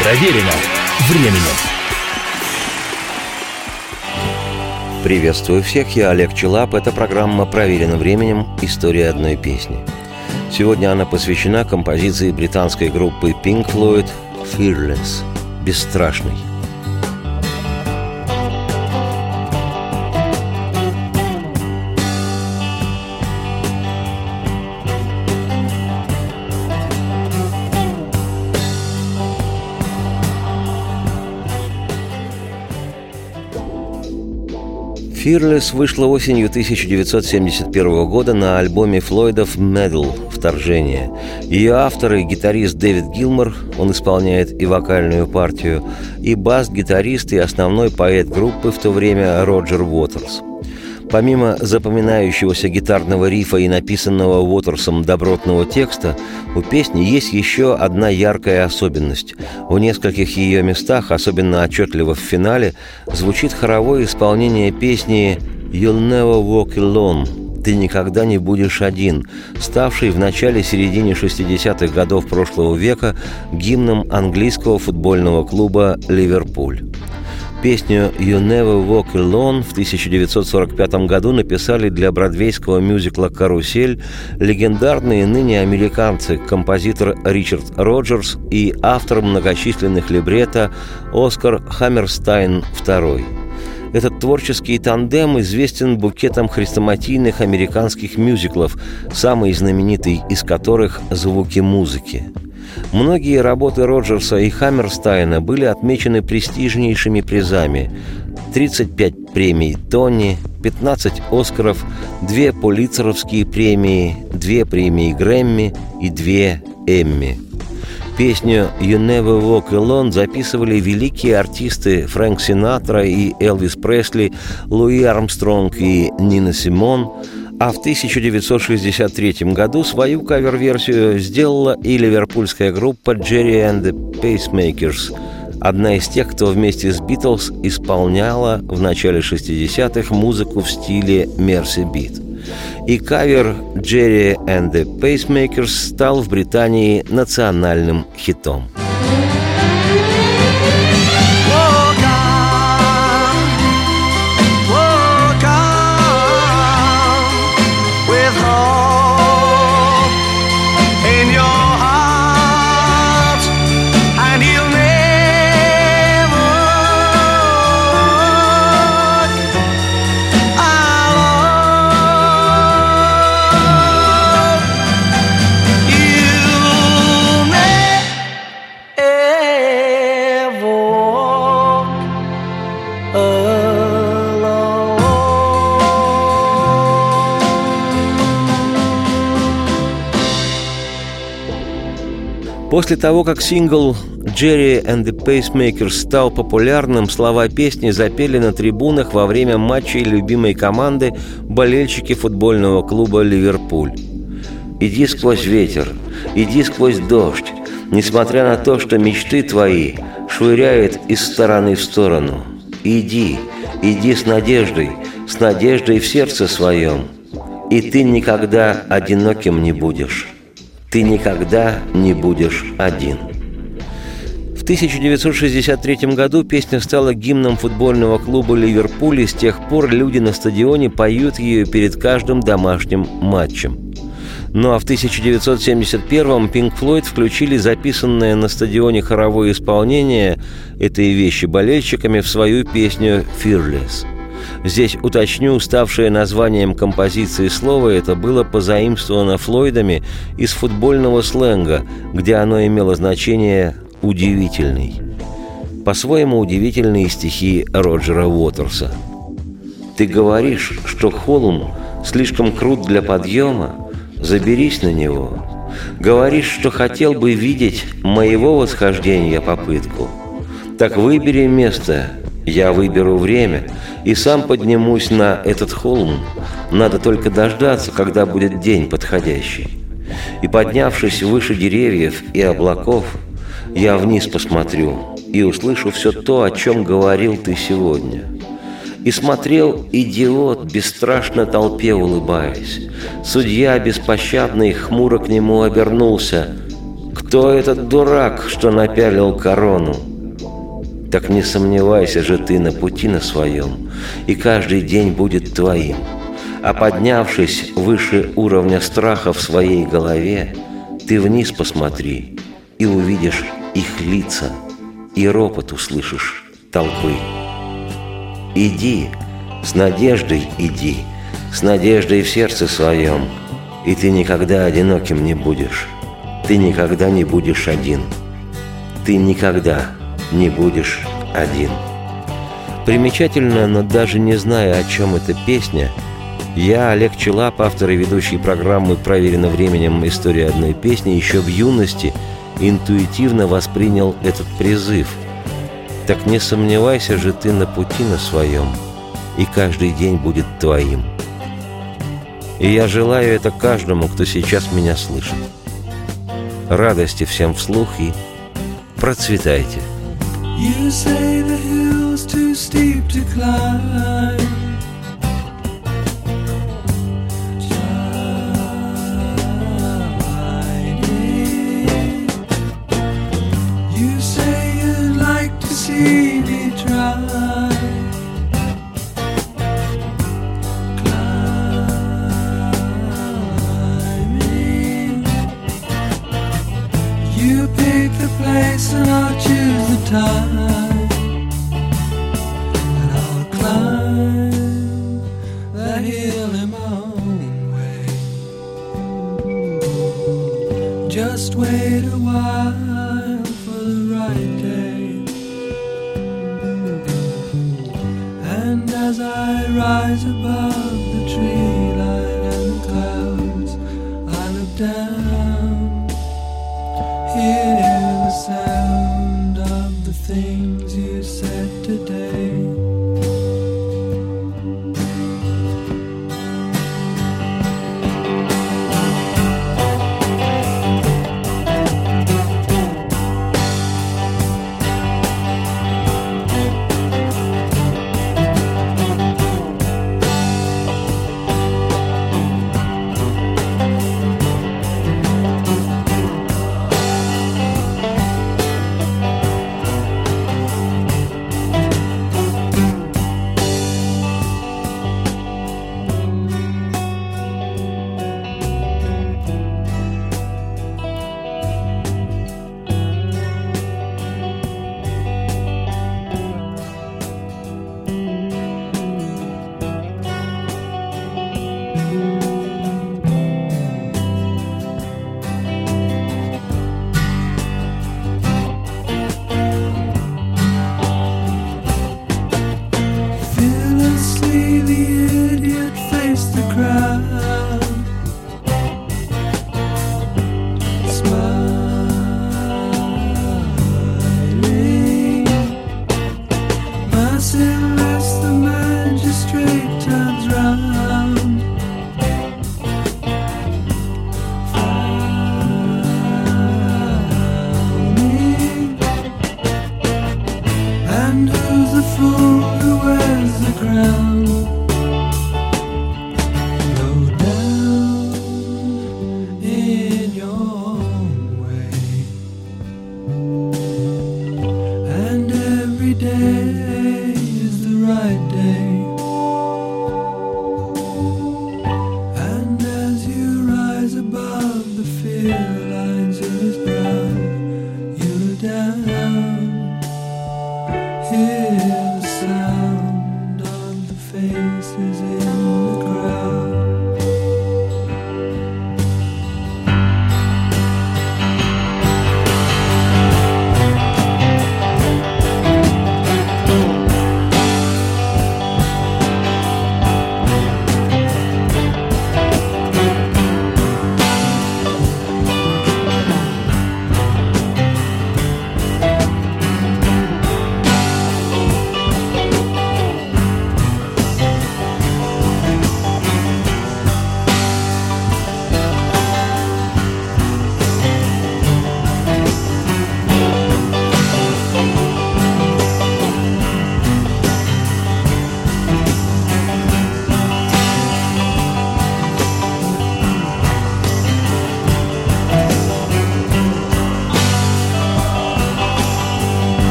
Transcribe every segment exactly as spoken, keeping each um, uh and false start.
Проверено временем. Приветствую всех, я Олег Челап. Это программа «Проверено временем. История одной песни». Сегодня она посвящена композиции британской группы Pink Floyd «Fearless» – «Бесстрашный». «Fearless» вышла осенью тысяча девятьсот семьдесят первого года на альбоме Флойдов «Meddle» «Вторжение». Ее автор и гитарист Дэвид Гилмор, он исполняет и вокальную партию, и бас-гитарист и основной поэт группы в то время Роджер Уотерс. Помимо запоминающегося гитарного рифа и написанного Уотерсом добротного текста, у песни есть еще одна яркая особенность. В нескольких ее местах, особенно отчетливо в финале, звучит хоровое исполнение песни «You'll never walk alone» «Ты никогда не будешь один», ставшей в начале-середине шестидесятых годов прошлого века гимном английского футбольного клуба «Ливерпуль». Песню «You Never Walk Alone» в тысяча девятьсот сорок пятом году написали для бродвейского мюзикла «Карусель» легендарные ныне американцы, композитор Ричард Роджерс и автор многочисленных либретто Оскар Хаммерстайн второй. Этот творческий тандем известен букетом хрестоматийных американских мюзиклов, самый знаменитый из которых «Звуки музыки». Многие работы Роджерса и Хаммерстайна были отмечены престижнейшими призами: тридцать пять премий Тони, пятнадцать Оскаров, две Пулитцеровские премии, две премии Грэмми и две Эмми. Песню «You Never Walk Alone» записывали великие артисты Фрэнк Синатра и Элвис Пресли, Луи Армстронг и Нина Симон, а в тысяча девятьсот шестьдесят третьем году свою кавер-версию сделала и ливерпульская группа Gerry and the Pacemakers, одна из тех, кто вместе с Битлз исполняла в начале шестидесятых музыку в стиле мерси-бит. И кавер Gerry and the Pacemakers стал в Британии национальным хитом. После того, как сингл «Gerry and the Pacemakers» стал популярным, слова песни запели на трибунах во время матчей любимой команды болельщики футбольного клуба «Ливерпуль». «Иди сквозь ветер, иди сквозь дождь, несмотря на то, что мечты твои швыряет из стороны в сторону. Иди, иди с надеждой, с надеждой в сердце своем, и ты никогда одиноким не будешь». Ты никогда не будешь один. В тысяча девятьсот шестьдесят третьем году песня стала гимном футбольного клуба «Ливерпуль», и с тех пор люди на стадионе поют ее перед каждым домашним матчем. Ну а в тысяча девятьсот семьдесят первом Pink Floyd включили записанное на стадионе хоровое исполнение этой вещи болельщиками в свою песню «Fearless». Здесь уточню, ставшее названием композиции слово это было позаимствовано Флойдами из футбольного сленга, где оно имело значение «удивительный». По-своему удивительные стихи Роджера Уотерса. «Ты говоришь, что холм слишком крут для подъема? Заберись на него. Говоришь, что хотел бы видеть моего восхождения попытку. Так выбери место, я выберу время и сам поднимусь на этот холм. Надо только дождаться, когда будет день подходящий. И, поднявшись выше деревьев и облаков, я вниз посмотрю и услышу все то, о чем говорил ты сегодня. И смотрел идиот, бесстрашно толпе улыбаясь. Судья беспощадный хмуро к нему обернулся. Кто этот дурак, что напялил корону? Так не сомневайся же ты на пути на своем, и каждый день будет твоим. А поднявшись выше уровня страха в своей голове, ты вниз посмотри и увидишь их лица, и ропот услышишь толпы. Иди, с надеждой иди, с надеждой в сердце своем, и ты никогда одиноким не будешь. Ты никогда не будешь один. Ты никогда не будешь один. Примечательно, но даже не зная, о чем эта песня, я, Олег Челап, автор и ведущий программы «Проверено временем. История одной песни», еще в юности интуитивно воспринял этот призыв. Так не сомневайся же ты на пути на своем, и каждый день будет твоим. И я желаю это каждому, кто сейчас меня слышит. Радости всем вслух и процветайте. You say the hill's too steep to climb. Shining. You say you'd like to see me try. You pick the place and I'll choose the time, and I'll climb that hill in my own way. Just wait a while for the right day, and as I rise above the tree line and the clouds, I look down. Hear the sound of the things you said today.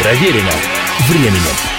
Проверено временем.